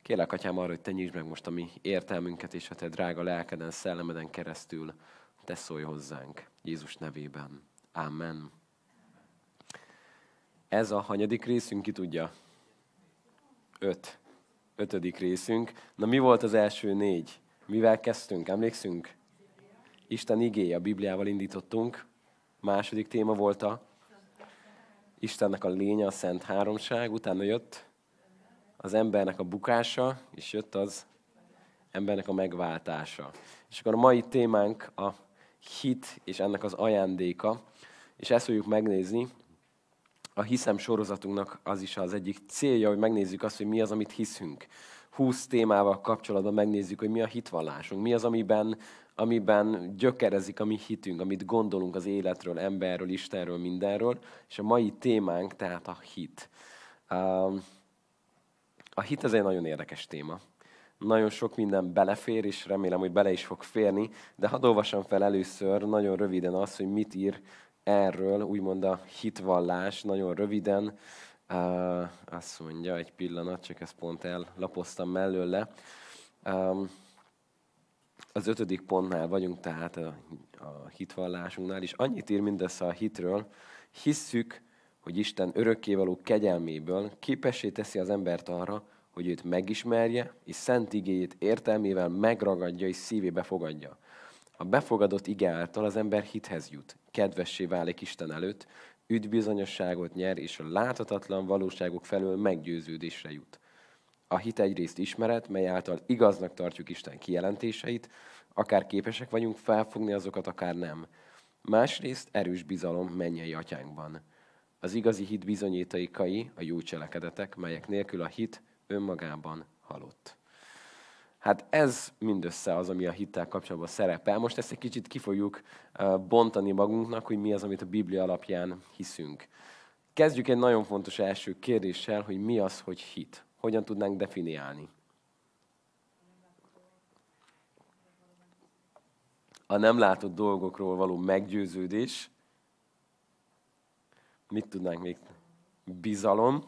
Kérlek, Atyám, arra, hogy Te nyisd meg most a mi értelmünket, és a Te drága lelkeden, szellemeden keresztül Te szólj hozzánk. Jézus nevében. Amen. Ez a hanyadik részünk, ki tudja? 5. 5. részünk. Na, mi volt az első 4? Mivel kezdtünk? Emlékszünk? Isten igéje, a Bibliával indítottunk. Második téma volt Istennek a lénye, a Szent Háromság. Utána jött az embernek a bukása, és jött az embernek a megváltása. És akkor a mai témánk a hit és ennek az ajándéka, és ezt fogjuk megnézni. A Hiszem sorozatunknak az is az egyik célja, hogy megnézzük azt, hogy mi az, amit hiszünk. 20 témával kapcsolatban megnézzük, hogy mi a hitvallásunk, mi az, amiben gyökerezik a mi hitünk, amit gondolunk az életről, emberről, Istenről, mindenről. És a mai témánk tehát a hit. A hit ez egy nagyon érdekes téma. Nagyon sok minden belefér, és remélem, hogy bele is fog férni, de hadd olvassam fel először nagyon röviden azt, hogy mit ír erről, úgymond a hitvallás, nagyon röviden. Azt mondja, egy pillanat, csak ezt pont ellapoztam mellőle. Az 5. pontnál vagyunk, tehát a hitvallásunknál, és annyit ír mindössze a hitről: hisszük, hogy Isten örökkévaló kegyelméből képessé teszi az embert arra, hogy őt megismerje, és szent igéjét értelmével megragadja és szívébe fogadja. A befogadott ige által az ember hithez jut, kedvessé válik Isten előtt, üdvbizonyosságot nyer, és a láthatatlan valóságok felől meggyőződésre jut. A hit egyrészt ismeret, mely által igaznak tartjuk Isten kijelentéseit, akár képesek vagyunk felfogni azokat, akár nem. Másrészt erős bizalom mennyei atyánkban. Az igazi hit bizonyítékai a jó cselekedetek, melyek nélkül a hit önmagában halott. Hát ez mindössze az, ami a hittel kapcsolatban szerepel. Most ezt egy kicsit ki fogjuk bontani magunknak, hogy mi az, amit a Biblia alapján hiszünk. Kezdjük egy nagyon fontos első kérdéssel, hogy mi az, hogy hit. Hogyan tudnánk definiálni? A nem látott dolgokról való meggyőződés. Mit tudnánk még? Bizalom.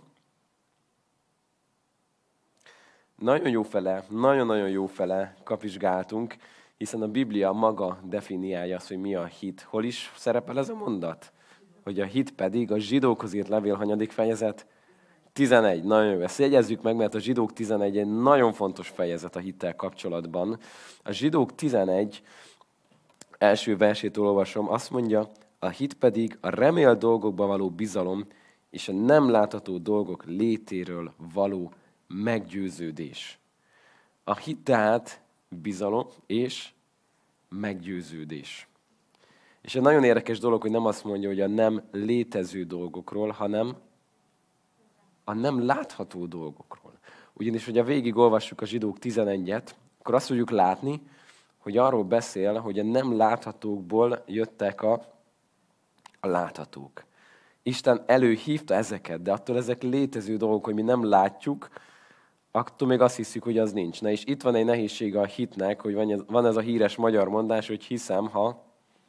Nagyon-nagyon jó fele kapizsgáltunk, hiszen a Biblia maga definiálja azt, hogy mi a hit. Hol is szerepel ez a mondat? Hogy a hit pedig a Zsidókhoz írt levél hanyadik fejezet? 11. Nagyon jó, ezt jegyezzük meg, mert a Zsidók 11 egy nagyon fontos fejezet a hittel kapcsolatban. A Zsidók 11 első versétől olvasom, azt mondja: a hit pedig a remélt dolgokba való bizalom, és a nem látható dolgok létéről való meggyőződés. A hit tehát bizalom és meggyőződés. És egy nagyon érdekes dolog, hogy nem azt mondja, hogy a nem létező dolgokról, hanem a nem látható dolgokról. Ugyanis, hogy végigolvassuk a Zsidók 11-et, akkor azt fogjuk látni, hogy arról beszél, hogy a nem láthatókból jöttek a láthatók. Isten előhívta ezeket, de attól ezek létező dolgok, hogy mi nem látjuk, attól még azt hiszük, hogy az nincs. Na és itt van egy nehézsége a hitnek, hogy van ez a híres magyar mondás, hogy hiszem, ha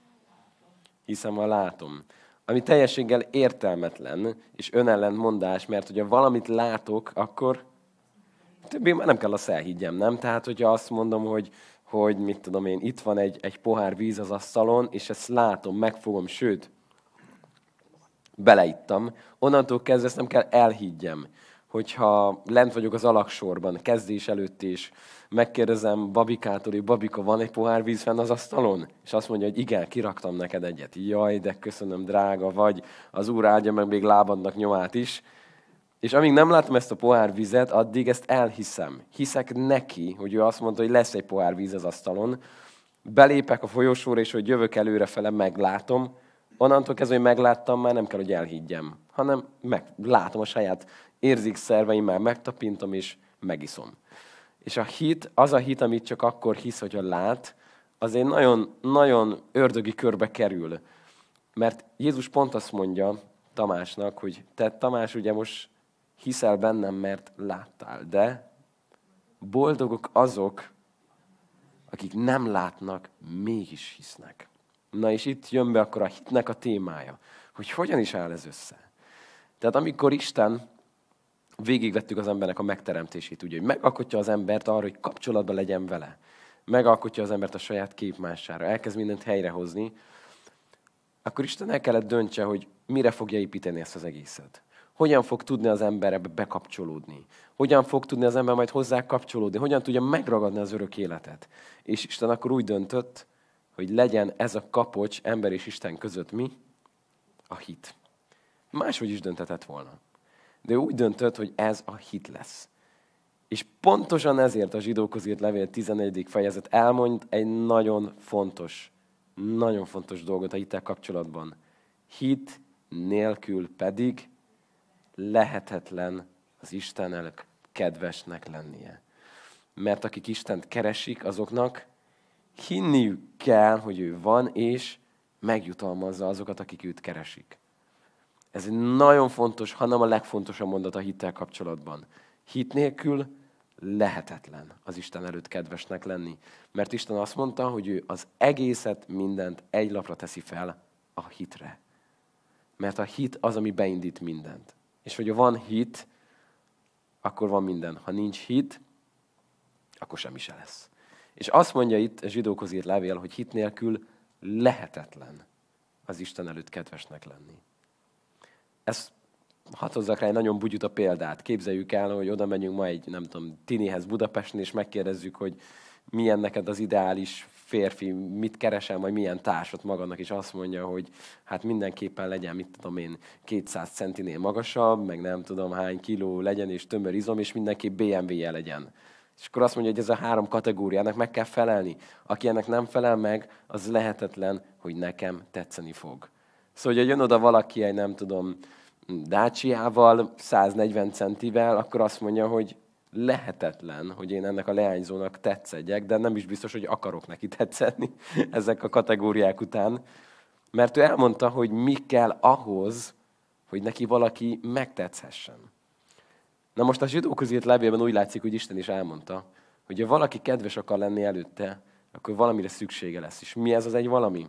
látom. Ami teljességgel értelmetlen és önellentmondás, mert hogyha valamit látok, akkor többé már nem kell azt elhiggyem, nem? Tehát, hogyha azt mondom, hogy mit tudom én, itt van egy pohár víz az asztalon, és ezt látom, megfogom, sőt, beleittam, onnantól kezdve ezt nem kell elhiggyem. Hogyha lent vagyok az alagsorban, kezdés előtt is, megkérdezem Babikától, hogy Babika, van egy pohár víz fenn az asztalon? És azt mondja, hogy igen, kiraktam neked egyet. Jaj, de köszönöm, drága vagy, az Úr áldja meg még lábadnak nyomát is. És amíg nem látom ezt a pohár vizet, addig ezt elhiszem. Hiszek neki, hogy ő azt mondta, hogy lesz egy pohár víz az asztalon. Belépek a folyosóra, és hogy jövök előrefele, meglátom. Onnantól kezdve, hogy megláttam, már nem kell, hogy elhiggyem, hanem látom a saját érzékszerveimmel, megtapintom és megiszom. És a hit, az a hit, amit csak akkor hisz, hogyha lát, az egy nagyon, nagyon ördögi körbe kerül. Mert Jézus pont azt mondja Tamásnak, hogy te, Tamás, ugye most hiszel bennem, mert láttál, de boldogok azok, akik nem látnak, mégis hisznek. Na és itt jön be akkor a hitnek a témája, hogy hogyan is áll ez össze. Tehát amikor Isten végigvettük az embernek a megteremtését, ugye, hogy megalkotja az embert arra, hogy kapcsolatban legyen vele. Megalkotja az embert a saját képmására, elkezd mindent helyrehozni, akkor Isten el kellett döntse, hogy mire fogja építeni ezt az egészet. Hogyan fog tudni az ember ebbe bekapcsolódni? Hogyan fog tudni az ember majd hozzá kapcsolódni? Hogyan tudja megragadni az örök életet? És Isten akkor úgy döntött, hogy legyen ez a kapocs ember és Isten között mi? A hit. Máshogy is döntetett volna. De ő úgy döntött, hogy ez a hit lesz. És pontosan ezért a Zsidókhoz írt levél 11. fejezet elmond egy nagyon fontos dolgot a hittel kapcsolatban. Hit nélkül pedig lehetetlen az Isten előtt kedvesnek lennie. Mert akik Istent keresik, azoknak hinniük kell, hogy ő van, és megjutalmazza azokat, akik őt keresik. Ez egy nagyon fontos, hanem a legfontosabb mondat a hittel kapcsolatban. Hit nélkül lehetetlen az Isten előtt kedvesnek lenni. Mert Isten azt mondta, hogy ő az egészet, mindent egy lapra teszi fel a hitre. Mert a hit az, ami beindít mindent. És hogyha van hit, akkor van minden. Ha nincs hit, akkor semmi se lesz. És azt mondja itt a Zsidókhoz írt levél, hogy hit nélkül lehetetlen az Isten előtt kedvesnek lenni. Ezt hadd hozzak rá egy nagyon bugyuta példát. Képzeljük el, hogy oda megyünk ma egy, nem tudom, tinihez Budapesten, és megkérdezzük, hogy milyen neked az ideális férfi, mit keresel, majd milyen társat magadnak, és azt mondja, hogy hát mindenképpen legyen, mit tudom én, 200 centinél magasabb, meg nem tudom hány kiló legyen, és tömör izom, és mindenképp BMW-je legyen. És akkor azt mondja, hogy ez a 3 kategóriának meg kell felelni. Aki ennek nem felel meg, az lehetetlen, hogy nekem tetszeni fog. Szóval, hogy jön oda valaki egy, nem tudom, Dacia-val, 140 centivel, akkor azt mondja, hogy lehetetlen, hogy én ennek a leányzónak tetszedjek, de nem is biztos, hogy akarok neki tetszeni ezek a kategóriák után. Mert ő elmondta, hogy mi kell ahhoz, hogy neki valaki megtetszessen. Na most a Zsidókhoz írt levélben úgy látszik, hogy Isten is elmondta, hogy ha valaki kedves akar lenni előtte, akkor valamire szüksége lesz. És mi ez az egy valami?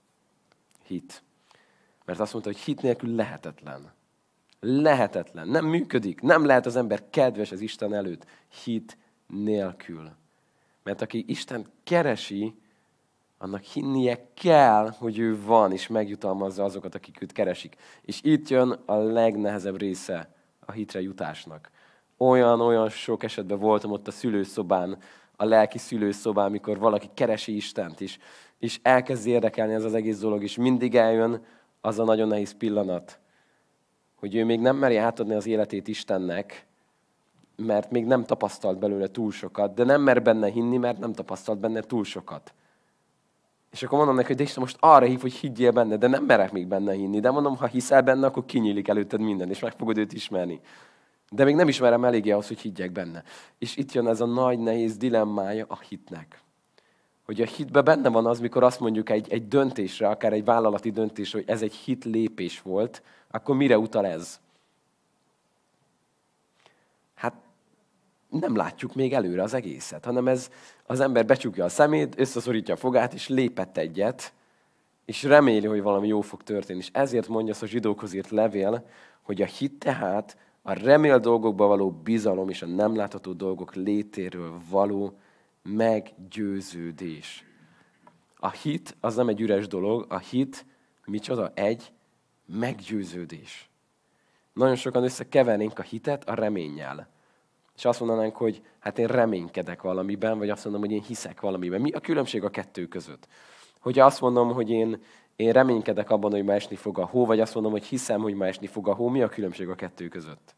Hit. Mert azt mondta, hogy hit nélkül lehetetlen. Lehetetlen. Nem működik. Nem lehet az ember kedves az Isten előtt hit nélkül. Mert aki Isten keresi, annak hinnie kell, hogy ő van, és megjutalmazza azokat, akik őt keresik. És itt jön a legnehezebb része a hitre jutásnak. Olyan sok esetben voltam ott a szülőszobán, a lelki szülőszobán, amikor valaki keresi Istent is, és elkezd érdekelni ez az egész dolog, és mindig eljön az a nagyon nehéz pillanat, hogy ő még nem meri átadni az életét Istennek, mert még nem tapasztalt belőle túl sokat, de nem mer benne hinni, mert nem tapasztalt benne túl sokat. És akkor mondom neki, hogy de Isten most arra hív, hogy higgyél benne, de nem merek még benne hinni. De mondom, ha hiszel benne, akkor kinyílik előtted minden, és meg fogod őt ismerni. De még nem ismerem eléggé ahhoz, hogy higgyek benne. És itt jön ez a nagy, nehéz dilemmája a hitnek. Hogy a hitbe benne van az, mikor azt mondjuk egy döntésre, akár egy vállalati döntésre, hogy ez egy hit lépés volt, akkor mire utal ez? Hát nem látjuk még előre az egészet, hanem ez az ember becsukja a szemét, összeszorítja a fogát, és lépett egyet, és reméli, hogy valami jó fog történni. És ezért mondja azt a Zsidókhoz írt levél, hogy a hit tehát a remélt dolgokba való bizalom és a nem látható dolgok létéről való meggyőződés. A hit az nem egy üres dolog, a hit micsoda? Egy meggyőződés. Nagyon sokan összekevernénk a hitet a reménnyel. És azt mondanánk, hogy hát én reménykedek valamiben, vagy azt mondom, hogy én hiszek valamiben. Mi a különbség a kettő között? Hogyha azt mondom, hogy én reménykedek abban, hogy ma esni fog a hó, vagy azt mondom, hogy hiszem, hogy ma esni fog a hó, mi a különbség a kettő között?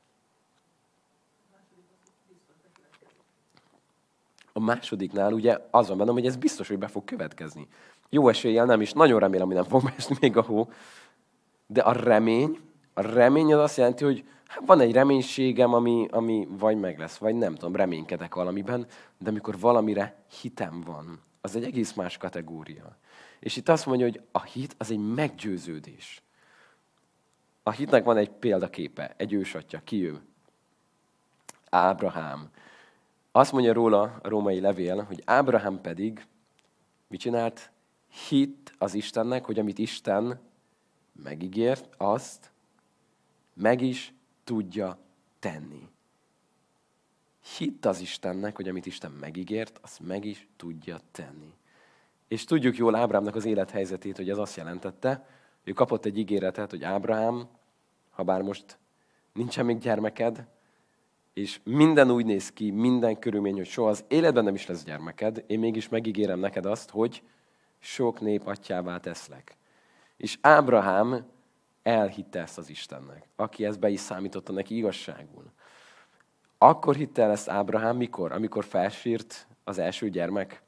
A másodiknál ugye az van bennem, hogy ez biztos, hogy be fog következni. Jó eséllyel nem is, nagyon remélem, hogy nem fog esni még a hó. De a remény az azt jelenti, hogy hát van egy reménységem, ami vagy meg lesz, vagy nem tudom, reménykedek valamiben, de amikor valamire hitem van, az egy egész más kategória. És itt azt mondja, hogy a hit az egy meggyőződés. A hitnek van egy példaképe, egy ősatja. Ki ő? Ábrahám. Azt mondja róla a római levél, hogy Ábrahám pedig mit csinált? Hitt az Istennek, hogy amit Isten megígért, azt meg is tudja tenni. Hitt az Istennek, hogy amit Isten megígért, azt meg is tudja tenni. És tudjuk jól Ábrahámnak az élethelyzetét, hogy ez azt jelentette, ő kapott egy ígéretet, hogy Ábrahám, ha bár most nincsen még gyermeked, és minden úgy néz ki, minden körülmény, hogy soha az életben nem is lesz gyermeked, én mégis megígérem neked azt, hogy sok nép atyává teszlek. És Ábrahám elhitte ezt az Istennek, aki ezt be is számította neki igazságul. Akkor hitte el ezt Ábrahám mikor? Amikor felsírt az első gyermek?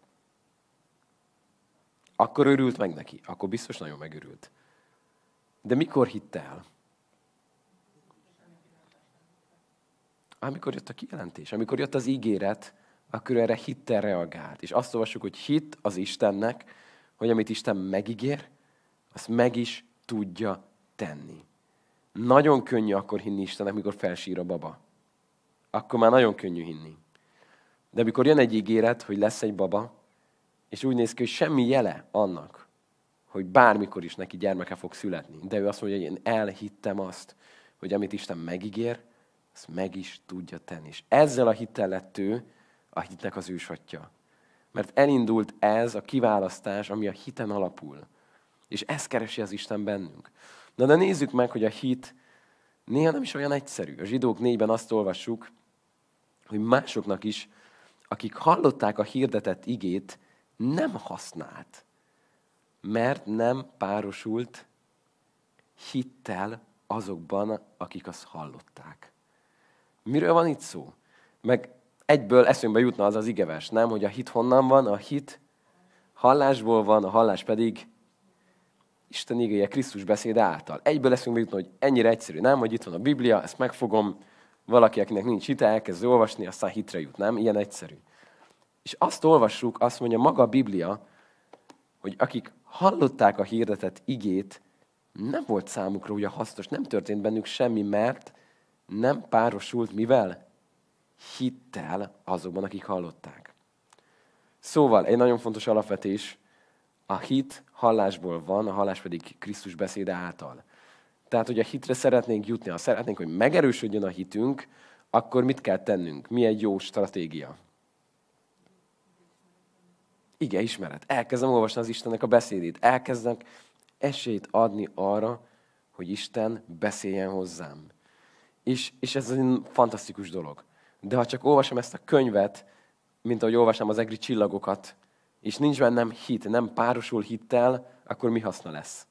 Akkor örült meg neki. Akkor biztos nagyon megörült. De mikor hitte el? Amikor jött a kijelentés, amikor jött az ígéret, akkor erre hittel reagált. És azt olvassuk, hogy hit az Istennek, hogy amit Isten megígér, azt meg is tudja tenni. Nagyon könnyű akkor hinni Istennek, mikor felsír a baba. Akkor már nagyon könnyű hinni. De amikor jön egy ígéret, hogy lesz egy baba, és úgy néz ki, hogy semmi jele annak, hogy bármikor is neki gyermeke fog születni. De ő azt mondja, hogy én elhittem azt, hogy amit Isten megígér, azt meg is tudja tenni. És ezzel a hittel lett ő a hitnek az ősatja. Mert elindult ez a kiválasztás, ami a hiten alapul. És ezt keresi az Isten bennünk. Na de nézzük meg, hogy a hit néha nem is olyan egyszerű. A Zsidók 4-ben azt olvassuk, hogy másoknak is, akik hallották a hirdetett igét, nem használt, mert nem párosult hittel azokban, akik azt hallották. Miről van itt szó? Meg egyből eszünkbe jutna az az igevers, nem? Hogy a hit honnan van? A hit hallásból van, a hallás pedig Isten igéje Krisztus beszéde által. Egyből eszünkbe jutna, hogy ennyire egyszerű, nem? Hogy itt van a Biblia, ezt megfogom, valaki, akinek nincs hite, elkezd olvasni, aztán hitre jut, nem? Ilyen egyszerű. És azt olvassuk, azt mondja maga a Biblia, hogy akik hallották a hirdetett igét, nem volt számukra ugye hasznos, nem történt bennük semmi, mert nem párosult mivel? Hittel azokban, akik hallották. Szóval egy nagyon fontos alapvetés, a hit hallásból van, a hallás pedig Krisztus beszéde által. Tehát, hogy a hitre szeretnénk jutni, ha szeretnénk, hogy megerősödjön a hitünk, akkor mit kell tennünk? Mi egy jó stratégia? Ige ismeret. Elkezdem olvasni az Istennek a beszédét. Elkezdek esélyt adni arra, hogy Isten beszéljen hozzám. És ez egy fantasztikus dolog. De ha csak olvasom ezt a könyvet, mint ahogy olvasnám az egri csillagokat, és nincs bennem hit, nem párosul hittel, akkor mi haszna lesz?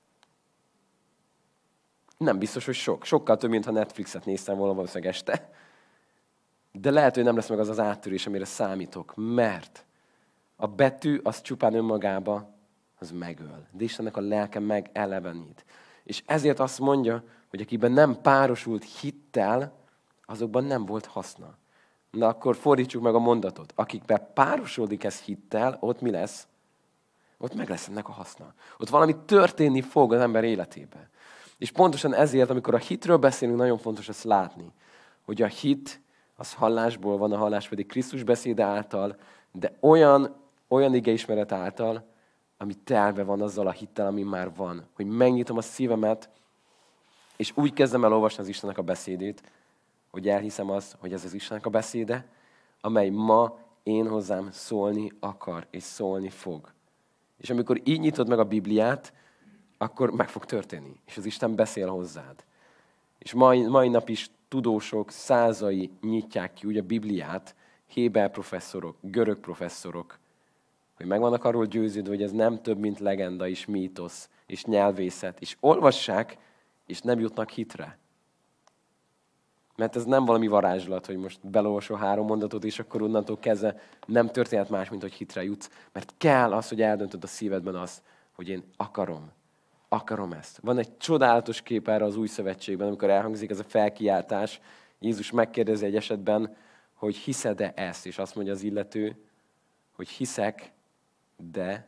Nem biztos, hogy sok. Sokkal több, mint ha Netflixet néztem volna valószínűleg este. De lehet, hogy nem lesz meg az az áttörés, amire számítok, mert a betű az csupán önmagába, az megöl. De Istennek a lelke megelevenít. És ezért azt mondja, hogy akiben nem párosult hittel, azokban nem volt haszna. Na akkor fordítsuk meg a mondatot. Akikben párosodik ez hittel, ott mi lesz? Ott meg lesz ennek a haszna. Ott valami történni fog az ember életében. És pontosan ezért, amikor a hitről beszélünk, nagyon fontos ezt látni, hogy a hit az hallásból van, a hallás pedig Krisztus beszéde által, de olyan igeismeret által, ami telve van azzal a hittel, ami már van. Hogy megnyitom a szívemet, és úgy kezdem el olvasni az Istennek a beszédét, hogy elhiszem azt, hogy ez az Istennek a beszéde, amely ma én hozzám szólni akar, és szólni fog. És amikor így nyitod meg a Bibliát, akkor meg fog történni, és az Isten beszél hozzád. És mai nap is tudósok százai nyitják ki úgy a Bibliát, héber professzorok, görög professzorok, hogy meg vannak arról győződve, hogy ez nem több, mint legenda és mítosz, és nyelvészet, és olvassák, és nem jutnak hitre. Mert ez nem valami varázslat, hogy most belolvasol 3 mondatot, és akkor onnantól kezdve nem történhet más, mint hogy hitre jutsz. Mert kell az, hogy eldöntöd a szívedben azt, hogy én akarom ezt. Van egy csodálatos kép erre az új szövetségben, amikor elhangzik ez a felkiáltás. Jézus megkérdezi egy esetben, hogy hiszed-e ezt? És azt mondja az illető, hogy hiszek, de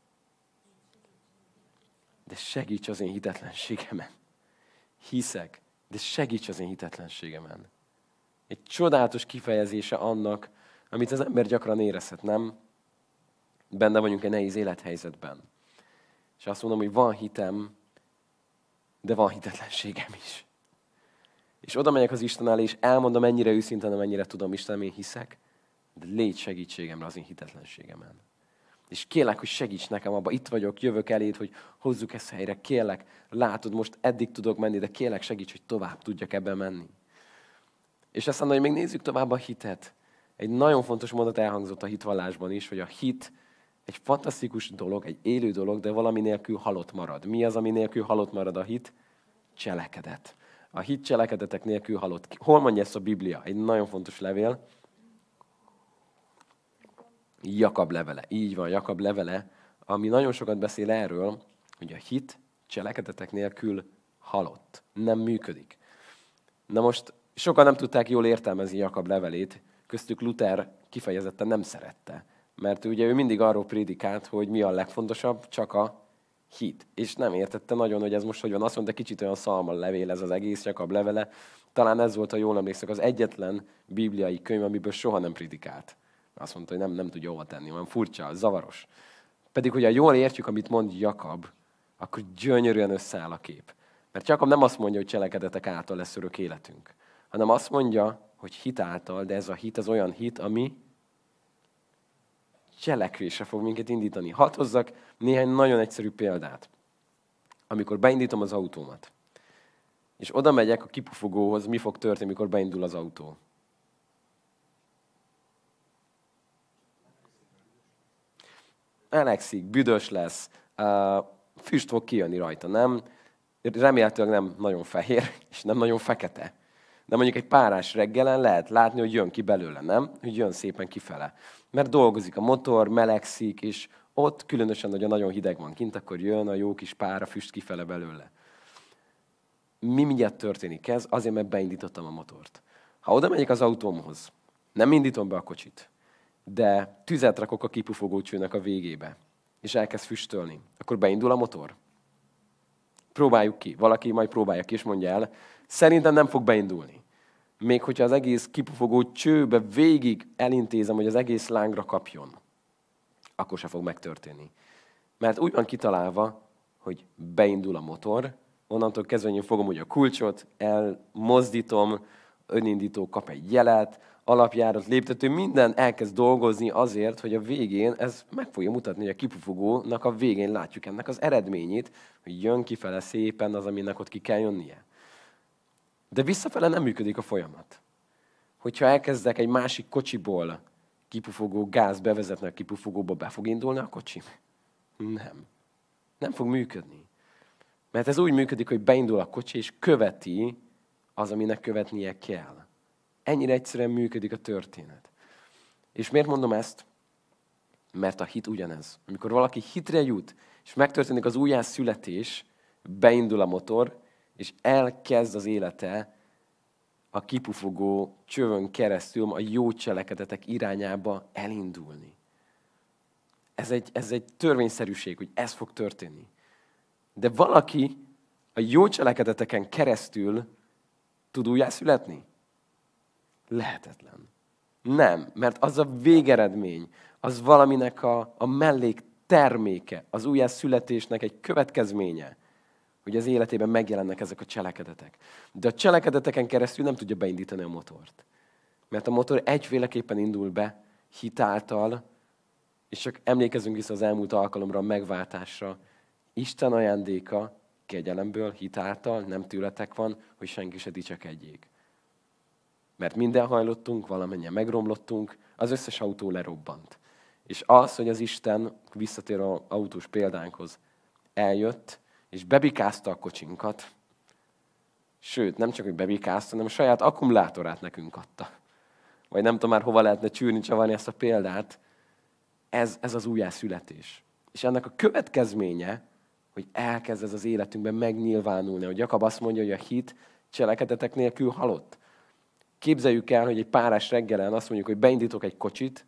segíts az én hitetlenségemen. Hiszek, de segíts az én hitetlenségemen. Egy csodálatos kifejezése annak, amit az ember gyakran érezhet, nem? Benne vagyunk egy nehéz élethelyzetben. És azt mondom, hogy van hitem, de van hitetlenségem is. És oda megyek az Isten elé, és elmondom ennyire őszintén, amennyire tudom, Istenem, én hiszek, de légy segítségemre az én hitetlenségemen. És kérlek, hogy segíts nekem abba, itt vagyok, jövök eléd, hogy hozzuk ezt helyre, kérlek, látod, most eddig tudok menni, de kérlek, segíts, hogy tovább tudjak ebben menni. És aztán, hogy még nézzük tovább a hitet. Egy nagyon fontos mondat elhangzott a hitvallásban is, hogy a hit egy fantasztikus dolog, egy élő dolog, de valami nélkül halott marad. Mi az, ami nélkül halott marad a hit? Cselekedet. A hit cselekedetek nélkül halott. Hol mondja ezt a Biblia? Egy nagyon fontos levél. Jakab levele. Így van, Jakab levele, ami nagyon sokat beszél erről, hogy a hit cselekedetek nélkül halott. Nem működik. Na most sokan nem tudták jól értelmezni Jakab levelét, köztük Luther kifejezetten nem szerette. Mert ugye ő mindig arról prédikált, hogy mi a legfontosabb, csak a hit. És nem értette nagyon, hogy ez most hogy van. Azt mondta, kicsit olyan szalma levél ez az egész Jakab levele. Talán ez volt, ha jól emlékszek, az egyetlen bibliai könyv, amiből soha nem prédikált. Azt mondta, hogy nem tudja hova tenni, olyan furcsa, zavaros. Pedig, hogyha jól értjük, amit mond Jakab, akkor gyönyörűen összeáll a kép. Mert Jakab nem azt mondja, hogy cselekedetek által lesz örök életünk, hanem azt mondja, hogy hit által, de ez a hit az olyan hit, ami cselekvésre fog minket indítani. Hadd hozzak néhány nagyon egyszerű példát. Amikor beindítom az autómat, és oda megyek a kipufogóhoz, mi fog történni, mikor beindul az autó? Elegszik, büdös lesz, füst fog kijönni rajta, nem? Remélhetőleg nem nagyon fehér, és nem nagyon fekete. De mondjuk egy párás reggelen lehet látni, hogy jön ki belőle, nem? Hogy jön szépen kifele. Mert dolgozik a motor, melegszik, és ott különösen, hogy nagyon hideg van kint, akkor jön a jó kis pára, füst kifele belőle. Mi mindjárt történik ez? Azért, mert beindítottam a motort. Ha oda megyek az autómhoz, nem indítom be a kocsit, de tüzet rakok a kipufogó csőnek a végébe, és elkezd füstölni, akkor beindul a motor. Próbáljuk ki. Valaki majd próbálja ki, és mondja el, szerintem nem fog beindulni. Még hogyha az egész kipufogó csőbe végig elintézem, hogy az egész lángra kapjon, akkor se fog megtörténni. Mert úgy van kitalálva, hogy beindul a motor, onnantól kezdve én fogom ugye a kulcsot, elmozdítom, önindító kap egy jelet, alapjárat, léptető, minden elkezd dolgozni azért, hogy a végén ez meg fogja mutatni, hogy a kipufogónak a végén látjuk ennek az eredményét, hogy jön kifele szépen az, aminek ott ki kell jönnie. De visszafele nem működik a folyamat. Hogyha elkezdek egy másik kocsiból kipufogó gáz bevezetni a kipufogóba, be fog indulni a kocsi? Nem. Nem fog működni. Mert ez úgy működik, hogy beindul a kocsi, és követi az, aminek követnie kell. Ennyire egyszerűen működik a történet. És miért mondom ezt? Mert a hit ugyanez. Amikor valaki hitre jut, és megtörténik az újjászületés, beindul a motor, és elkezd az élete a kipufogó csövön keresztül a jó cselekedetek irányába elindulni. Ez egy törvényszerűség, hogy ez fog történni. De valaki a jó cselekedeteken keresztül tud újjászületni? Lehetetlen. Nem, mert az a végeredmény, az valaminek a mellék terméke, az újjászületésnek egy következménye, hogy az életében megjelennek ezek a cselekedetek. De a cselekedeteken keresztül nem tudja beindítani a motort. Mert a motor egyféleképpen indul be, hit által, és csak emlékezzünk vissza az elmúlt alkalomra, a megváltásra. Isten ajándéka kegyelemből, hit által, nem tőletek van, hogy senki se dicsekedjék. Mert minden hajlottunk, valamennyien megromlottunk, az összes autó lerobbant. És az, hogy az Isten, visszatér az autós példánkhoz, eljött, és bebikázta a kocsinkat, sőt, nem csak, hogy bebikázta, hanem a saját akkumulátorát nekünk adta. Vagy nem tudom már, hova lehetne csűrni, csavarni ezt a példát. Ez az újjászületés. És ennek a következménye, hogy elkezd ez az életünkben megnyilvánulni. Hogy Jakab azt mondja, hogy a hit cselekedetek nélkül halott. Képzeljük el, hogy egy párás reggelen azt mondjuk, hogy beindítok egy kocsit,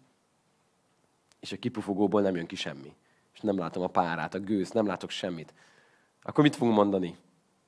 és a kipufogóból nem jön ki semmi. És nem látom a párát, a gőzt, nem látok semmit. Akkor mit fogunk mondani?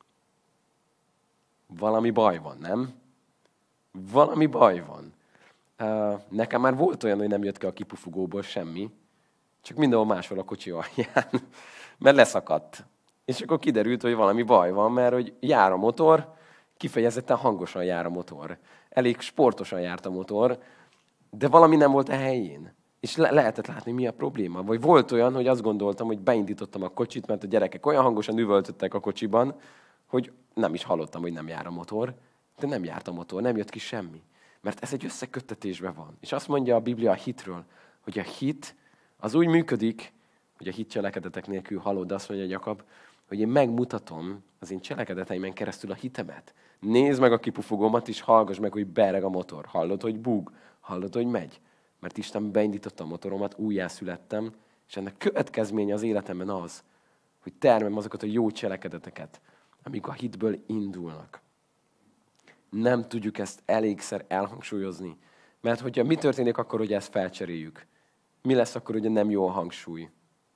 Valami baj van, nem? Valami baj van. Nekem már volt olyan, hogy nem jött ki a kipufogóból semmi, csak mindenhol máshol a kocsi alján, mert leszakadt. És akkor kiderült, hogy valami baj van, mert hogy jár a motor, Kifejezetten hangosan jár a motor. Elég sportosan járt a motor, de valami nem volt a helyén. És lehetett látni, mi a probléma. Vagy volt olyan, hogy azt gondoltam, hogy beindítottam a kocsit, mert a gyerekek olyan hangosan üvöltöttek a kocsiban, hogy nem is hallottam, hogy nem jár a motor. De nem járt a motor, nem jött ki semmi. Mert ez egy összeköttetésben van. És azt mondja a Biblia a hitről, hogy a hit az úgy működik, hogy a hit cselekedetek nélkül halott, de azt mondja Jakab, hogy én megmutatom az én cselekedeteimen keresztül a hitemet. Nézd meg a kipufogómat, és hallgass meg, hogy bereg a motor. Hallod, hogy búg? Hallod, hogy megy? Mert Isten beindította a motoromat, újjászülettem, és ennek következménye az életemben az, hogy termem azokat a jó cselekedeteket, amik a hitből indulnak. Nem tudjuk ezt elégszer elhangsúlyozni. Mert hogyha mi történik akkor, hogy ezt felcseréljük? Mi lesz akkor, hogy nem jó a hangsúly?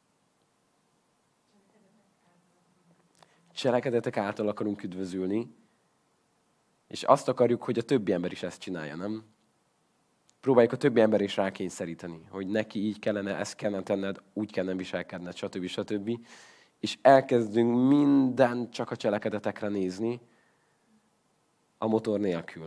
Cselekedetek által akarunk üdvözülni, és azt akarjuk, hogy a többi ember is ezt csinálja, nem? Próbáljuk a többi ember is rákényszeríteni, hogy neki így kellene, ezt kellene tenned, úgy kellene viselkedned, stb. Stb. És elkezdünk mindent csak a cselekedetekre nézni, a motor nélkül.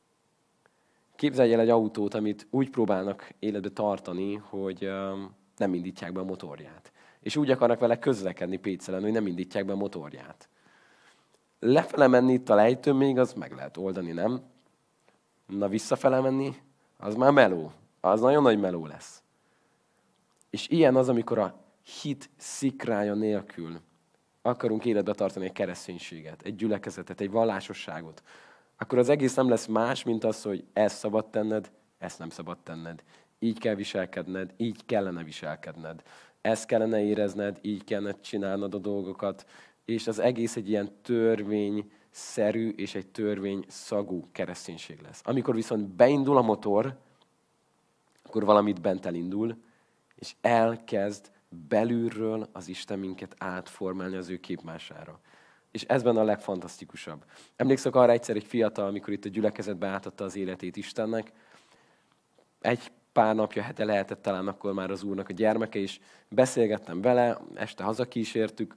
Képzelj el egy autót, amit úgy próbálnak életbe tartani, hogy nem indítják be a motorját. És úgy akarnak vele közlekedni Pécelen, hogy nem indítják be a motorját. Lefele menni itt a lejtőn még, az meg lehet oldani, nem? Na visszafele menni, az már meló. Az nagyon nagy meló lesz. És ilyen az, amikor a hit szikrája nélkül akarunk életbe tartani egy kereszténységet, egy gyülekezetet, egy vallásosságot, akkor az egész nem lesz más, mint az, hogy ezt szabad tenned, ezt nem szabad tenned. Így kell viselkedned, így kellene viselkedned. Ezt kellene érezned, így kellene csinálnod a dolgokat. És az egész egy ilyen törvényszerű és egy törvényszagú kereszténység lesz. Amikor viszont beindul a motor, akkor valamit bent elindul, és elkezd belülről az Isten minket átformálni az ő képmására. És ez benne a legfantasztikusabb. Emlékszek arra egyszer egy fiatal, amikor itt a gyülekezetbe átadta az életét Istennek. Egy pár napja, hete lehetett talán akkor már az Úrnak a gyermeke, és beszélgettem vele, este hazakísértük,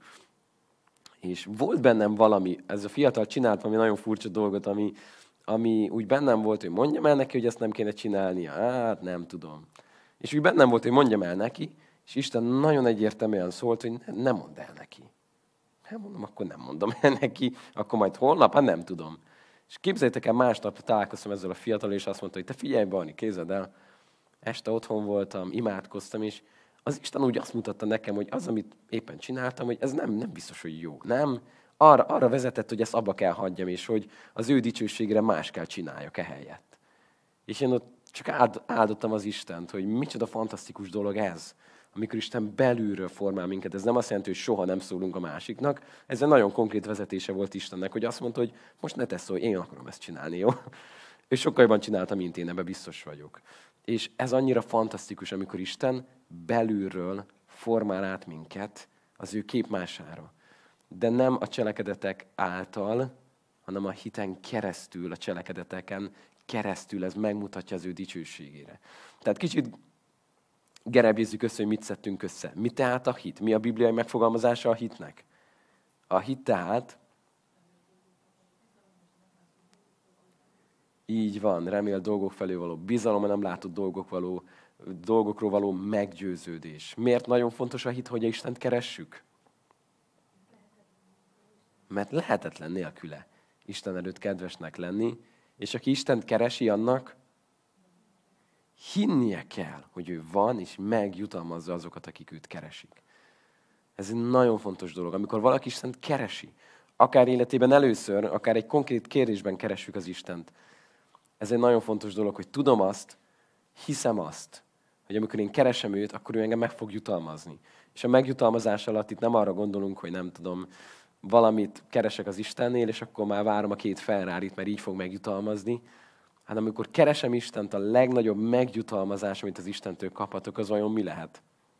és volt bennem valami, ez a fiatal csinált valami nagyon furcsa dolgot, ami úgy bennem volt, hogy mondjam el neki, hogy ezt nem kéne csinálnia. Hát nem tudom. És úgy bennem volt, hogy mondjam el neki, és Isten nagyon egyértelműen szólt, hogy nem mondd el neki. Hát mondom, akkor nem mondom el neki, akkor majd holnap, hát nem tudom. És képzeljétek el, másnap találkoztam ezzel a fiatalal, és azt mondta, hogy te figyelj, Barni, képzeld el, este otthon voltam, imádkoztam, és az Isten úgy azt mutatta nekem, hogy az, amit éppen csináltam, hogy ez nem biztos, hogy jó. Nem, arra vezetett, hogy ezt abba kell hagyjam, és hogy az ő dicsőségre más kell csináljak ehelyett. És én ott csak áldottam az Istent, hogy micsoda fantasztikus dolog ez, amikor Isten belülről formál minket. Ez nem azt jelenti, hogy soha nem szólunk a másiknak. Ez egy nagyon konkrét vezetése volt Istennek, hogy azt mondta, hogy most ne te szólj, én akarom ezt csinálni, jó? Ő sokkal jobban csinálta, mint én, ebben biztos vagyok. És ez annyira fantasztikus, amikor Isten belülről formál át minket az ő képmására. De nem a cselekedetek által, hanem a hiten keresztül, a cselekedeteken keresztül ez megmutatja az ő dicsőségére. Tehát kicsit gerebjézzük össze, hogy mit szedtünk össze. Mi tehát a hit? Mi a bibliai megfogalmazása a hitnek? A hit tehát így van, remél dolgok felé való bizalom, nem látott dolgokról való meggyőződés. Miért nagyon fontos a hit, hogy Istent keressük? Mert lehetetlen nélküle Isten előtt kedvesnek lenni, és aki Istent keresi, annak hinnie kell, hogy ő van, és megjutalmazza azokat, akik őt keresik. Ez egy nagyon fontos dolog. Amikor valaki Istent keresi, akár életében először, akár egy konkrét kérdésben keressük az Istent, ez egy nagyon fontos dolog, hogy tudom azt, hiszem azt, hogy amikor én keresem őt, akkor ő engem meg fog jutalmazni. És a megjutalmazás alatt itt nem arra gondolunk, hogy nem tudom, valamit keresek az Istennél, és akkor már várom a 2 Ferrarit, mert így fog megjutalmazni, hanem amikor keresem Istent, a legnagyobb megjutalmazás, amit az Istentől kaphatok, az olyan mi lehet?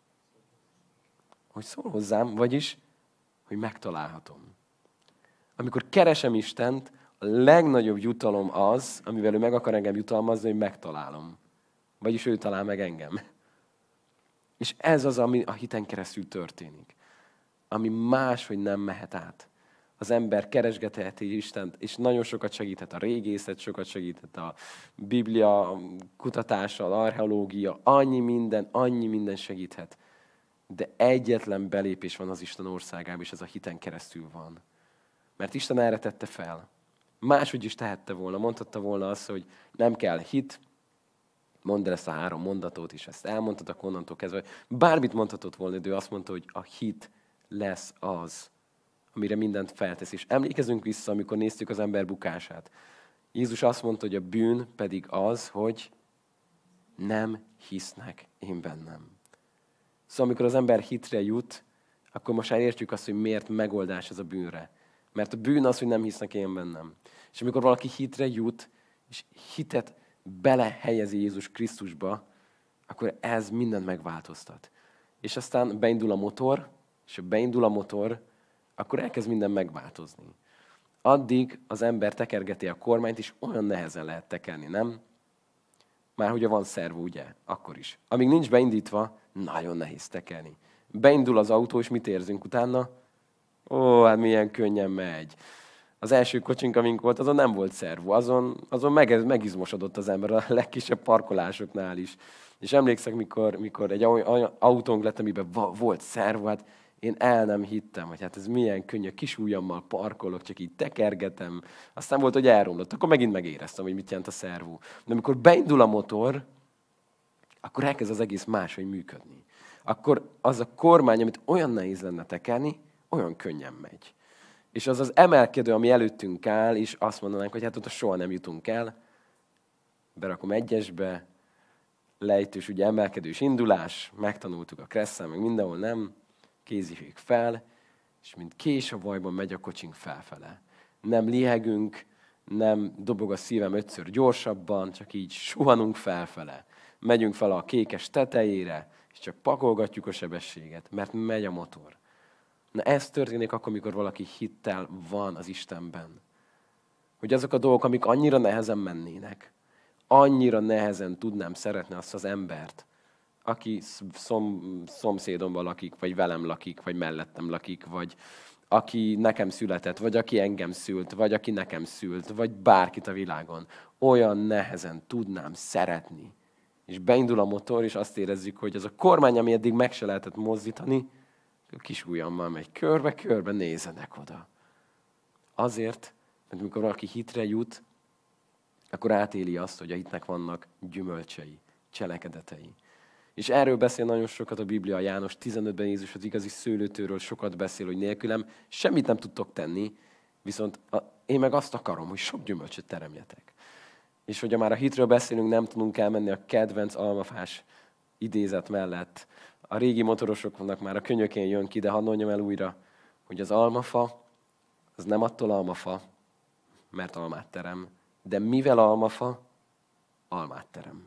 Hogy szól hozzám, vagyis, hogy megtalálhatom. Amikor keresem Istent, a legnagyobb jutalom az, amivel ő meg akar engem jutalmazni, hogy megtalálom. Vagyis ő talál meg engem. És ez az, ami a hiten keresztül történik. Ami máshogy nem mehet át. az ember keresgetheti Istent, és nagyon sokat segíthet a régészet, sokat segíthet a Biblia kutatása, az archeológia, annyi minden segíthet. De egyetlen belépés van az Isten országába, és ez a hiten keresztül van. Mert Isten erre tette fel. Máshogy is tehette volna, mondhatta volna azt, hogy nem kell hit, mondd el ezt a 3 mondatot is, ezt elmondhatok onnantól kezdve. Bármit mondhatott volna, de ő azt mondta, hogy a hit lesz az, amire mindent feltesz. És emlékezünk vissza, amikor néztük az ember bukását. Jézus azt mondta, hogy a bűn pedig az, hogy nem hisznek én bennem. Szóval amikor az ember hitre jut, akkor most már értjük azt, hogy miért megoldás ez a bűnre. Mert a bűn az, hogy nem hisznek én bennem. És amikor valaki hitre jut, és hitet belehelyezi Jézus Krisztusba, akkor ez mindent megváltoztat. És aztán beindul a motor, és ha beindul a motor, akkor elkezd minden megváltozni. Addig az ember tekergeti a kormányt, és olyan nehezen lehet tekerni, nem? Már hogyha van szervó, ugye? Akkor is. Amíg nincs beindítva, nagyon nehéz tekerni. Beindul az autó, és mit érzünk utána? Ó, hát milyen könnyen megy. Az első kocsink, amink volt, azon nem volt szervó. Azon megizmosodott az ember a legkisebb parkolásoknál is. És emlékszek, mikor egy olyan autónk lett, amiben volt szervó, hát én el nem hittem, hogy hát ez milyen könnyű, kis ujjammal parkolok, csak így tekergetem. Aztán volt, hogy elromlott. Akkor megint megéreztem, hogy mit jelent a szervó. De amikor beindul a motor, akkor elkezd az egész máshogy működni. Akkor az a kormány, amit olyan nehéz lenne tekerni, olyan könnyen megy. És az az emelkedő, ami előttünk áll, és azt mondanánk, hogy hát ott soha nem jutunk el. Berakom egyesbe, lejtős, ugye emelkedős indulás, megtanultuk a Kresszel, meg mindenhol nem, kézifék fel, és mint kés a vajban megy a kocsink felfele. Nem lihegünk, nem dobog a szívem 5-ször gyorsabban, csak így suhanunk felfele. Megyünk fel a kékes tetejére, és csak pakolgatjuk a sebességet, mert megy a motor. Na ez történik akkor, amikor valaki hittel van az Istenben. Hogy azok a dolgok, amik annyira nehezen mennének, annyira nehezen tudnám szeretni azt az embert, aki szomszédomban lakik, vagy velem lakik, vagy mellettem lakik, vagy aki nekem született, vagy aki engem szült, vagy aki nekem szült, vagy bárkit a világon. Olyan nehezen tudnám szeretni. És beindul a motor, és azt érezzük, hogy az a kormány, ami eddig meg se lehetett mozdítani, a kis ujjammal megy körbe-körbe, nézenek oda. Azért, mert amikor valaki hitre jut, akkor átéli azt, hogy a hitnek vannak gyümölcsei, cselekedetei. És erről beszél nagyon sokat a Biblia, János 15-ben Jézus az igazi szőlőtőről sokat beszél, hogy nélkülem semmit nem tudtok tenni, viszont én meg azt akarom, hogy sok gyümölcsöt teremjetek. És hogyha már a hitről beszélünk, nem tudunk elmenni a kedvenc almafás idézet mellett. A régi motorosok vannak már, a könyökén jön ki, de hadd mondjam el újra, hogy az almafa, az nem attól almafa, mert almát terem, de mivel almafa, almát terem.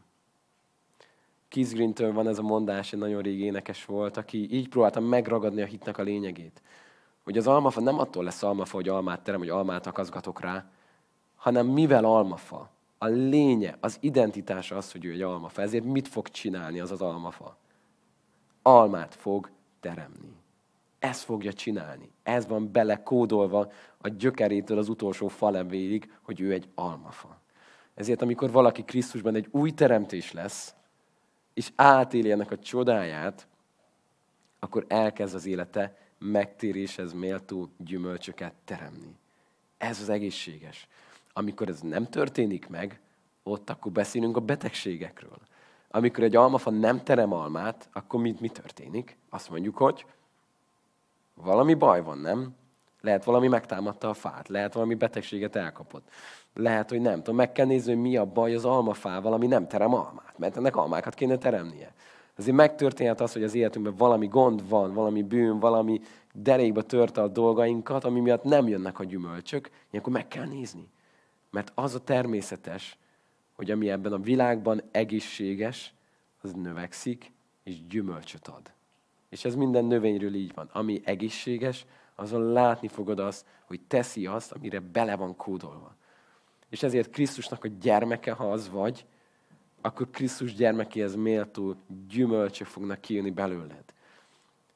Keith Green-től van ez a mondás, egy nagyon régi énekes volt, aki így próbálta megragadni a hitnek a lényegét. Hogy az almafa nem attól lesz almafa, hogy almát terem, hogy almát akaszgatok rá, hanem mivel almafa. A lénye, az identitása az, hogy ő egy almafa. Ezért mit fog csinálni az az almafa? Almát fog teremni. Ezt fogja csinálni. Ez van belekódolva a gyökerétől az utolsó falevéig, hogy ő egy almafa. Ezért amikor valaki Krisztusban egy új teremtés lesz, és átéli ennek a csodáját, akkor elkezd az élete megtéréshez méltó gyümölcsöket teremni. Ez az egészséges. Amikor ez nem történik meg, ott akkor beszélünk a betegségekről. Amikor egy almafa nem terem almát, akkor mi történik? Azt mondjuk, hogy valami baj van, nem? Lehet valami megtámadta a fát, lehet valami betegséget elkapott. Lehet, hogy nem tudom, meg kell nézni, hogy mi a baj az almafával, ami nem terem almát, mert ennek almákat kéne teremnie. Azért megtörténhet az, hogy az életünkben valami gond van, valami bűn, valami derékba törte a dolgainkat, ami miatt nem jönnek a gyümölcsök, ilyenkor meg kell nézni. Mert az a természetes, hogy ami ebben a világban egészséges, az növekszik, és gyümölcsöt ad. És ez minden növényről így van. Ami egészséges, azon látni fogod azt, hogy teszi azt, amire bele van kódolva. És ezért Krisztusnak a gyermeke, ha az vagy, akkor Krisztus gyermekéhez méltó gyümölcsök fognak kijönni belőled.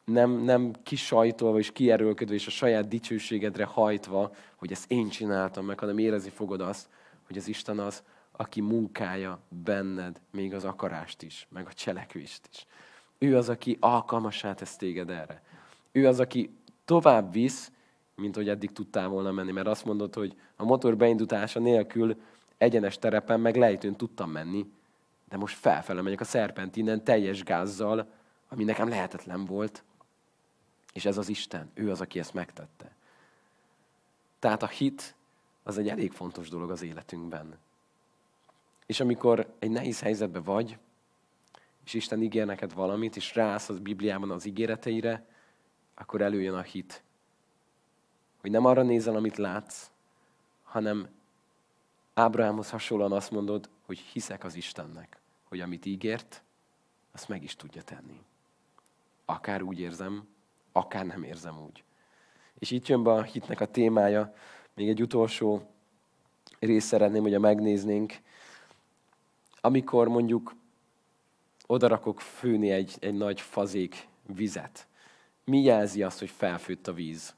nem kisajtolva és kierőlködve és a saját dicsőségedre hajtva, hogy ezt én csináltam meg, hanem érezni fogod azt, hogy az Isten az, aki munkálja benned még az akarást is, meg a cselekvést is. Ő az, aki alkalmassá tesz téged erre. Ő az, aki tovább visz, mint hogy eddig tudtál volna menni. Mert azt mondod, hogy a motor beindítása nélkül egyenes terepen meg lejtőn tudtam menni, de most felfele megyek a szerpentinen teljes gázzal, ami nekem lehetetlen volt. És ez az Isten, ő az, aki ezt megtette. Tehát a hit az egy elég fontos dolog az életünkben. És amikor egy nehéz helyzetben vagy, és Isten ígér neked valamit, és ráállsz a Bibliában az ígéreteire, akkor előjön a hit. Hogy nem arra nézel, amit látsz, hanem Ábrahámhoz hasonlóan azt mondod, hogy hiszek az Istennek, hogy amit ígért, azt meg is tudja tenni. Akár úgy érzem, akár nem érzem úgy. És itt jön be a hitnek a témája. Még egy utolsó részt szeretném, hogyha megnéznénk. Amikor mondjuk odarakok főni egy nagy fazék vizet, mi jelzi azt, hogy felfőtt a víz?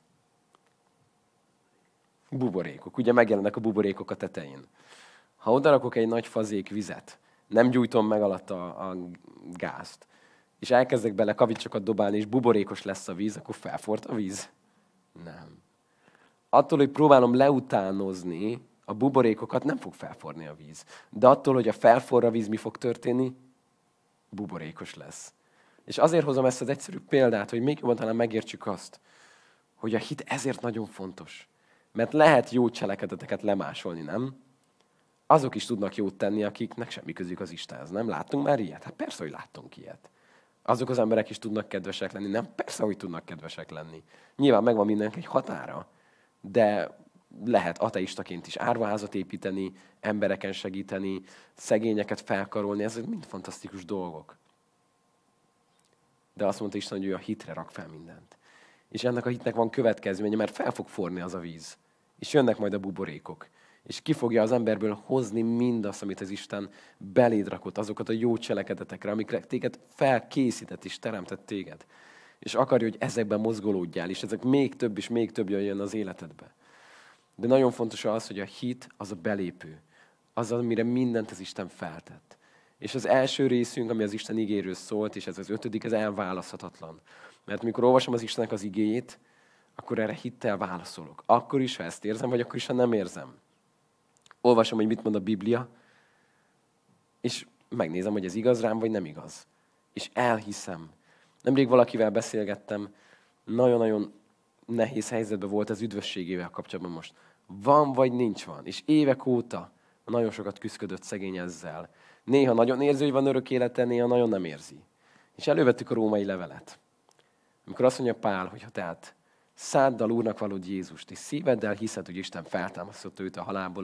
Buborékok. Ugye megjelennek a buborékok a tetején. Ha odarakok egy nagy fazék vizet, nem gyújtom meg alatta a gázt, és elkezdek bele kavicsokat dobálni, és buborékos lesz a víz, akkor felforrt a víz? Nem. Attól, hogy próbálom leutánozni a buborékokat, nem fog felforni a víz. De attól, hogy a felforr a víz, mi fog történni? Buborékos lesz. És azért hozom ezt az egyszerű példát, hogy még jobban talán megértsük azt, hogy a hit ezért nagyon fontos. Mert lehet jó cselekedeteket lemásolni, nem? Azok is tudnak jót tenni, akiknek semmi közük az Istenhez. Nem láttunk már ilyet? Hát persze, hogy láttunk ilyet. Azok az emberek is tudnak kedvesek lenni. Nem? Persze, hogy tudnak kedvesek lenni. Nyilván megvan mindenki egy határa, de lehet ateistaként is árvaházat építeni, embereken segíteni, szegényeket felkarolni, ezek mind fantasztikus dolgok. De azt mondta Isten, hogy ő a hitre rak fel mindent. És ennek a hitnek van következménye, mert fel fog forni az a víz. És jönnek majd a buborékok. És ki fogja az emberből hozni mindazt, amit az Isten beléd rakott, azokat a jó cselekedetekre, amikre téged felkészített és teremtett téged. És akarja, hogy ezekben mozgolódjál, és ezek még több és még több jön az életedbe. De nagyon fontos az, hogy a hit az a belépő. Az, amire mindent az Isten feltett. És az első részünk, ami az Isten igéről szólt, és ez az 5., ez elválaszthatatlan. Mert mikor olvasom az Istennek az igéjét, akkor erre hittel válaszolok. Akkor is, ha ezt érzem, vagy akkor is, ha nem érzem. Olvasom, hogy mit mond a Biblia, és megnézem, hogy ez igaz rám, vagy nem igaz. És elhiszem. Nemrég valakivel beszélgettem, nagyon-nagyon nehéz helyzetben volt az üdvösségével kapcsolatban most. Van, vagy nincs van. És évek óta nagyon sokat küszködött szegény ezzel. Néha nagyon érzi, hogy van örök élete, néha nagyon nem érzi. És elővettük a római levelet. Amikor azt mondja Pál, hogy ha tehát száddal Úrnak valód Jézust, és szíveddel hiszed, hogy Isten feltámasztotta őt a halálból,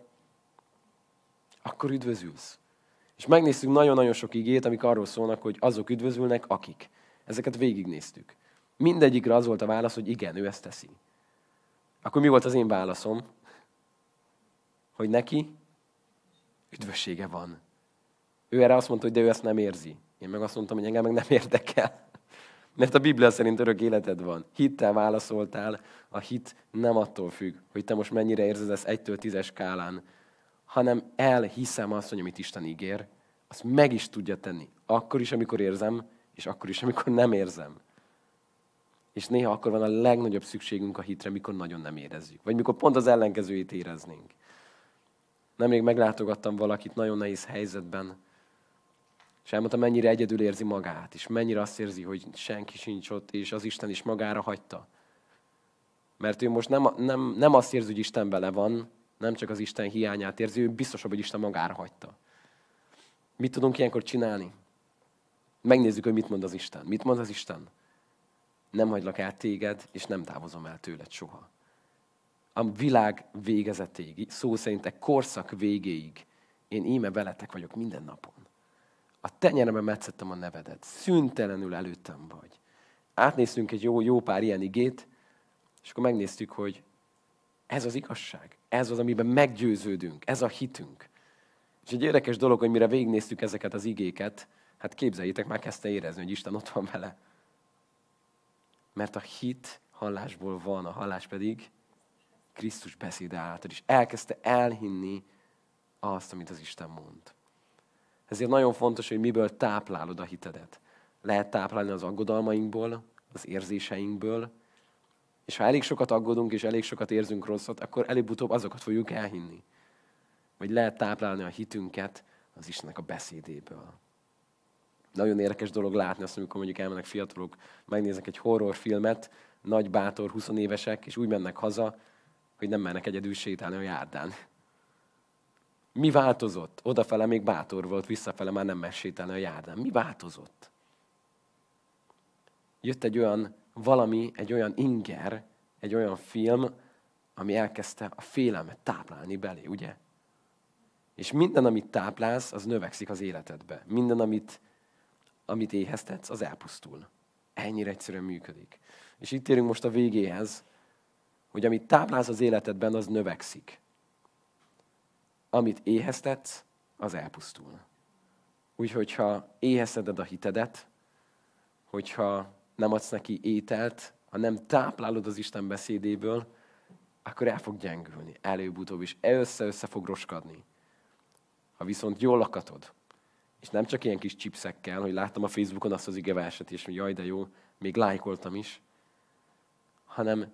akkor üdvözülsz. És megnéztük nagyon-nagyon sok igét, amik arról szólnak, hogy azok üdvözülnek, akik. Ezeket végignéztük. Mindegyikre az volt a válasz, hogy igen, ő ezt teszi. Akkor mi volt az én válaszom? Hogy neki üdvössége van. Ő erre azt mondta, hogy de ő ezt nem érzi. Én meg azt mondtam, hogy engem meg nem érdekel. Mert a Biblia szerint örök életed van. Hittel válaszoltál, a hit nem attól függ, hogy te most mennyire érzed ezt 1-től 10-es skálán, hanem elhiszem azt, hogy amit Isten ígér, azt meg is tudja tenni. Akkor is, amikor érzem, és akkor is, amikor nem érzem. És néha akkor van a legnagyobb szükségünk a hitre, mikor nagyon nem érezzük. Vagy mikor pont az ellenkezőjét éreznénk. Nemrég meglátogattam valakit nagyon nehéz helyzetben, és elmondta, mennyire egyedül érzi magát, és mennyire azt érzi, hogy senki sincs ott, és az Isten is magára hagyta. Mert ő most nem azt érzi, hogy Isten vele van, nem csak az Isten hiányát érzi, ő biztosabb, hogy Isten magára hagyta. Mit tudunk ilyenkor csinálni? Megnézzük, hogy mit mond az Isten. Mit mond az Isten? Nem hagylak el téged, és nem távozom el tőled soha. A világ végezetéig, szó szerint a korszak végéig, én íme veletek vagyok minden napon. A tenyeremben metszettem a nevedet, szüntelenül előttem vagy. Átnéztünk egy jó pár ilyen igét, és akkor megnéztük, hogy ez az igazság, ez az, amiben meggyőződünk, ez a hitünk. És egy érdekes dolog, hogy mire végignéztük ezeket az igéket, hát képzeljétek, már kezdte érezni, hogy Isten ott van vele. Mert a hit hallásból van, a hallás pedig Krisztus beszéde által. És elkezdte elhinni azt, amit az Isten mond. Ezért nagyon fontos, hogy miből táplálod a hitedet. Lehet táplálni az aggodalmainkból, az érzéseinkből, és ha elég sokat aggódunk, és elég sokat érzünk rosszat, akkor előbb-utóbb azokat fogjuk elhinni. Vagy lehet táplálni a hitünket az Istennek a beszédéből. Nagyon érdekes dolog látni azt, amikor mondjuk elmennek fiatalok, megnéznek egy horrorfilmet, nagy bátor 20 évesek, és úgy mennek haza, hogy nem mennek egyedül sétálni a járdán. Mi változott? Odafele még bátor volt, visszafele már nem mer sétálni a járdán. Mi változott? Jött egy olyan valami, egy olyan inger, egy olyan film, ami elkezdte a félelmet táplálni belé, ugye? És minden, amit táplálsz, az növekszik az életedbe. Minden, amit éheztetsz, az elpusztul. Ennyire egyszerűen működik. És itt érünk most a végéhez, hogy amit táplálsz az életedben, az növekszik. Amit éheztetsz, az elpusztul. Úgyhogy ha éhezteted a hitedet, hogyha nem adsz neki ételt, ha nem táplálod az Isten beszédéből, akkor el fog gyengülni, előbb-utóbb is. Össze-össze fog roskadni. Ha viszont jól lakatod, és nem csak ilyen kis chipsekkel, hogy láttam a Facebookon azt az igeverset, és jaj, de jó, még lájkoltam is, hanem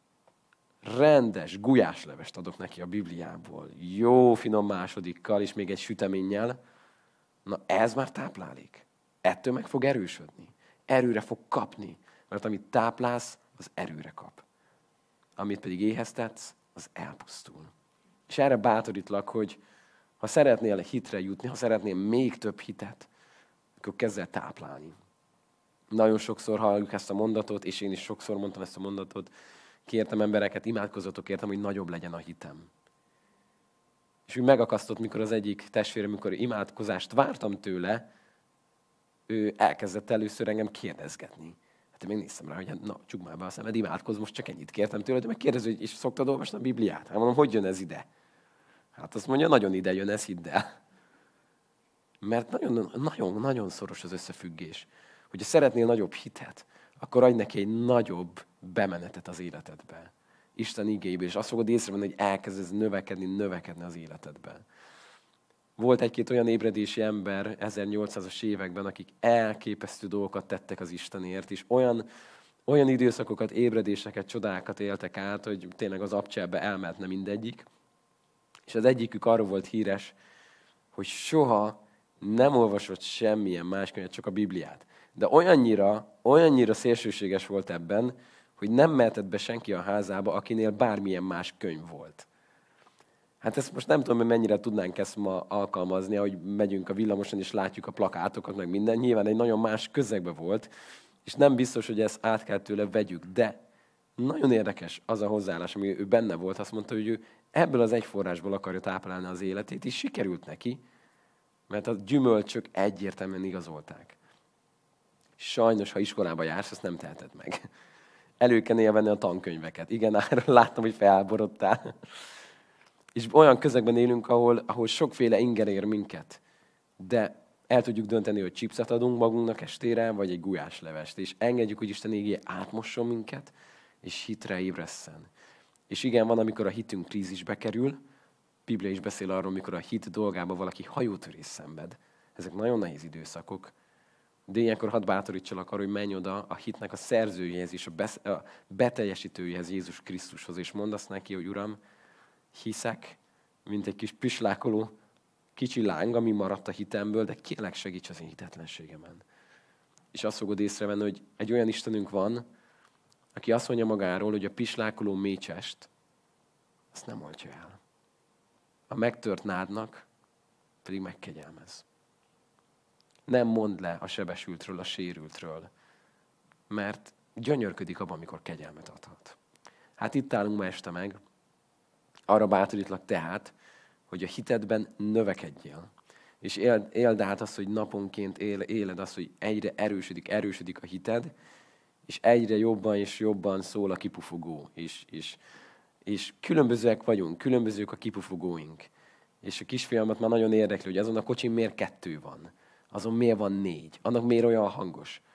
rendes gulyáslevest adok neki a Bibliából, jó finom másodikkal, és még egy süteménnyel, na ez már táplálék. Ettől meg fog erősödni. Erőre fog kapni, mert amit táplálsz, az erőre kap. Amit pedig éheztetsz, az elpusztul. És erre bátorítlak, hogy ha szeretnél hitre jutni, ha szeretnél még több hitet, akkor kezd el táplálni. Nagyon sokszor halljuk ezt a mondatot, és én is sokszor mondtam ezt a mondatot, kértem embereket, imádkozzatok értem, hogy nagyobb legyen a hitem. És úgy megakasztott, mikor az egyik testvérem, mikor imádkozást vártam tőle, ő elkezdett először engem kérdezgetni. Hát én megnéztem rá, hogy na, csukd már be a szemed, imádkozz, most csak ennyit kértem tőle, de megkérdező, hogy és szoktad olvasni a Bibliát? Hát mondom, hogy jön ez ide? Hát azt mondja, nagyon ide jön ez, hidd el. Mert nagyon szoros az összefüggés. Hogyha szeretnél nagyobb hitet, akkor adj neki egy nagyobb bemenetet az életedbe. Isten igéjéből, és azt fogod észrevenni, hogy elkezd növekedni az életedben. Volt egy-két olyan ébredési ember 1800-as években, akik elképesztő dolgokat tettek az Istenért, és olyan időszakokat, ébredéseket, csodákat éltek át, hogy tényleg az abcselbe elmehetne mindegyik. És az egyikük arról volt híres, hogy soha nem olvasott semmilyen más könyvet, csak a Bibliát. De olyannyira szélsőséges volt ebben, hogy nem mehetett be senki a házába, akinél bármilyen más könyv volt. Hát ezt most nem tudom, hogy mennyire tudnánk ezt ma alkalmazni, ahogy megyünk a villamoson, és látjuk a plakátokat, meg minden. Nyilván egy nagyon más közegben volt, és nem biztos, hogy ezt át kell tőle vegyük, de nagyon érdekes az a hozzáállás, ami ő benne volt. Azt mondta, hogy ő ebből az egy forrásból akarja táplálni az életét, és sikerült neki, mert a gyümölcsök egyértelműen igazolták. Sajnos, ha iskolába jársz, azt nem teheted meg. Elő kell venni a tankönyveket. Igen, arra láttam, hogy felborodtál. És olyan közegben élünk, ahol sokféle inger ér minket. De el tudjuk dönteni, hogy chipset adunk magunknak estére, vagy egy gulyáslevest. És engedjük, hogy Isten igéje átmosson minket, és hitre ébresszen. És igen, van, amikor a hitünk krízisbe kerül. Biblia is beszél arról, mikor a hit dolgában valaki hajótörés szenved. Ezek nagyon nehéz időszakok. De ilyenkor hadd bátorítsalak arra, hogy menj oda a hitnek a szerzőjéhez és a beteljesítőjéhez, Jézus Krisztushoz, és mondd azt neki, hogy Uram, hiszek, mint egy kis pislákoló kicsi láng, ami maradt a hitemből, de kérlek segíts az én hitetlenségemen. És azt fogod észrevenni, hogy egy olyan Istenünk van, aki azt mondja magáról, hogy a pislákoló mécsest, azt nem oltja el. A megtört nádnak pedig megkegyelmez. Nem mondd le a sebesültről, a sérültről, mert gyönyörködik abban, amikor kegyelmet adhat. Hát itt állunk ma este meg, arra bátorítlak tehát, hogy a hitedben növekedjél. És éld át azt, hogy naponként éled azt, hogy egyre erősödik a hited, és egyre jobban és jobban szól a kipufogó. És különbözőek vagyunk, különbözők a kipufogóink. És a kisfiamat már nagyon érdekli, hogy azon a kocsin miért 2 van. Azon miért van 4? Annak miért olyan hangos?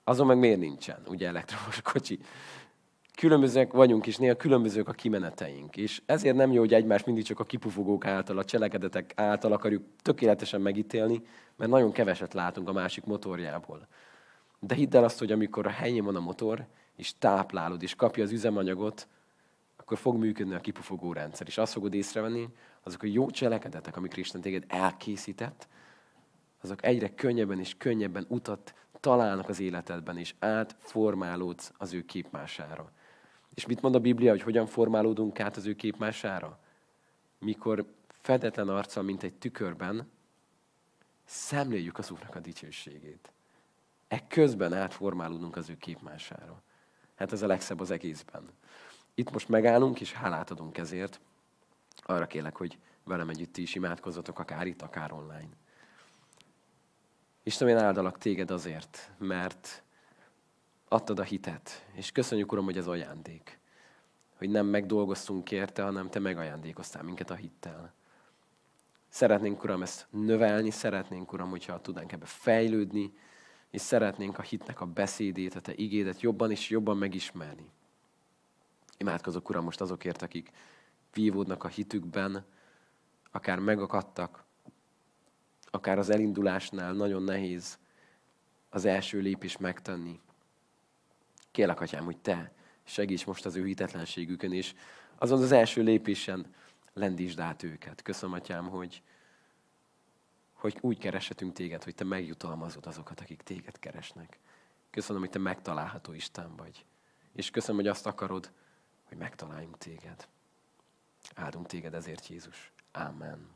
Azon meg miért nincsen, ugye elektromos kocsi? Különbözőek vagyunk, és néha különbözők a kimeneteink. És ezért nem jó, hogy egymást mindig csak a kipufogók által, a cselekedetek által akarjuk tökéletesen megítélni, mert nagyon keveset látunk a másik motorjából. De hidd el azt, hogy amikor a helyén van a motor, és táplálod, és kapja az üzemanyagot, akkor fog működni a kipufogó rendszer. És azt fogod észrevenni, azok a jó cselekedetek, amikre Isten téged elkészített, azok egyre könnyebben és könnyebben utat találnak az életedben, és átformálódsz az ő képmására. És mit mond a Biblia, hogy hogyan formálódunk át az ő képmására? Mikor fedetlen arccal, mint egy tükörben, szemléljük az Úrnak a dicsőségét. Ekközben átformálódunk az ő képmására. Hát ez a legszebb az egészben. Itt most megállunk, és hálát adunk ezért. Arra kérlek, hogy velem együtt is imádkozzatok, akár itt, akár online. Istenem, én áldalak téged azért, mert adtad a hitet. És köszönjük, Uram, hogy ez ajándék. Hogy nem megdolgoztunk érte, hanem te megajándékoztál minket a hittel. Szeretnénk, Uram, ezt növelni, szeretnénk, Uram, hogyha tudnánk ebbe fejlődni, és szeretnénk a hitnek a beszédét, a te igédet jobban és jobban megismerni. Imádkozok, Uram, most azokért, akik vívódnak a hitükben, akár megakadtak, akár az elindulásnál nagyon nehéz az első lépés megtenni. Kérlek, Atyám, hogy te segíts most az ő hitetlenségükön, és azon az első lépésen lendítsd át őket. Köszönöm, Atyám, hogy úgy kereshetünk téged, hogy te megjutalmazod azokat, akik téged keresnek. Köszönöm, hogy te megtalálható Isten vagy. És köszönöm, hogy azt akarod, hogy megtaláljunk téged. Áldunk téged ezért, Jézus. Ámen.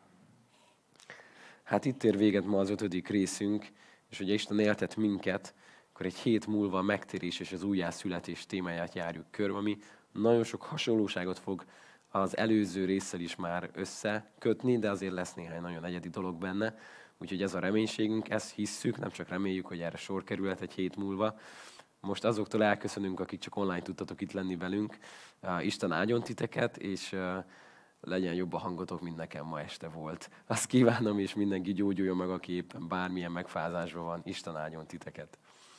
Hát itt ér véget ma az 5. részünk, és ugye Isten éltet minket, akkor egy hét múlva a megtérés és az újjászületés témáját járjuk körbe, ami nagyon sok hasonlóságot fog az előző résszel is már összekötni, de azért lesz néhány nagyon egyedi dolog benne. Úgyhogy ez a reménységünk, ezt hisszük, nem csak reméljük, hogy erre sor kerülhet egy hét múlva. Most azoktól elköszönünk, akik csak online tudtatok itt lenni velünk. Isten áldjon titeket, és legyen jobb a hangotok, mint nekem ma este volt. Azt kívánom, és mindenki gyógyuljon meg, aki éppen bármilyen megfázásban van. Isten áldjon titeket.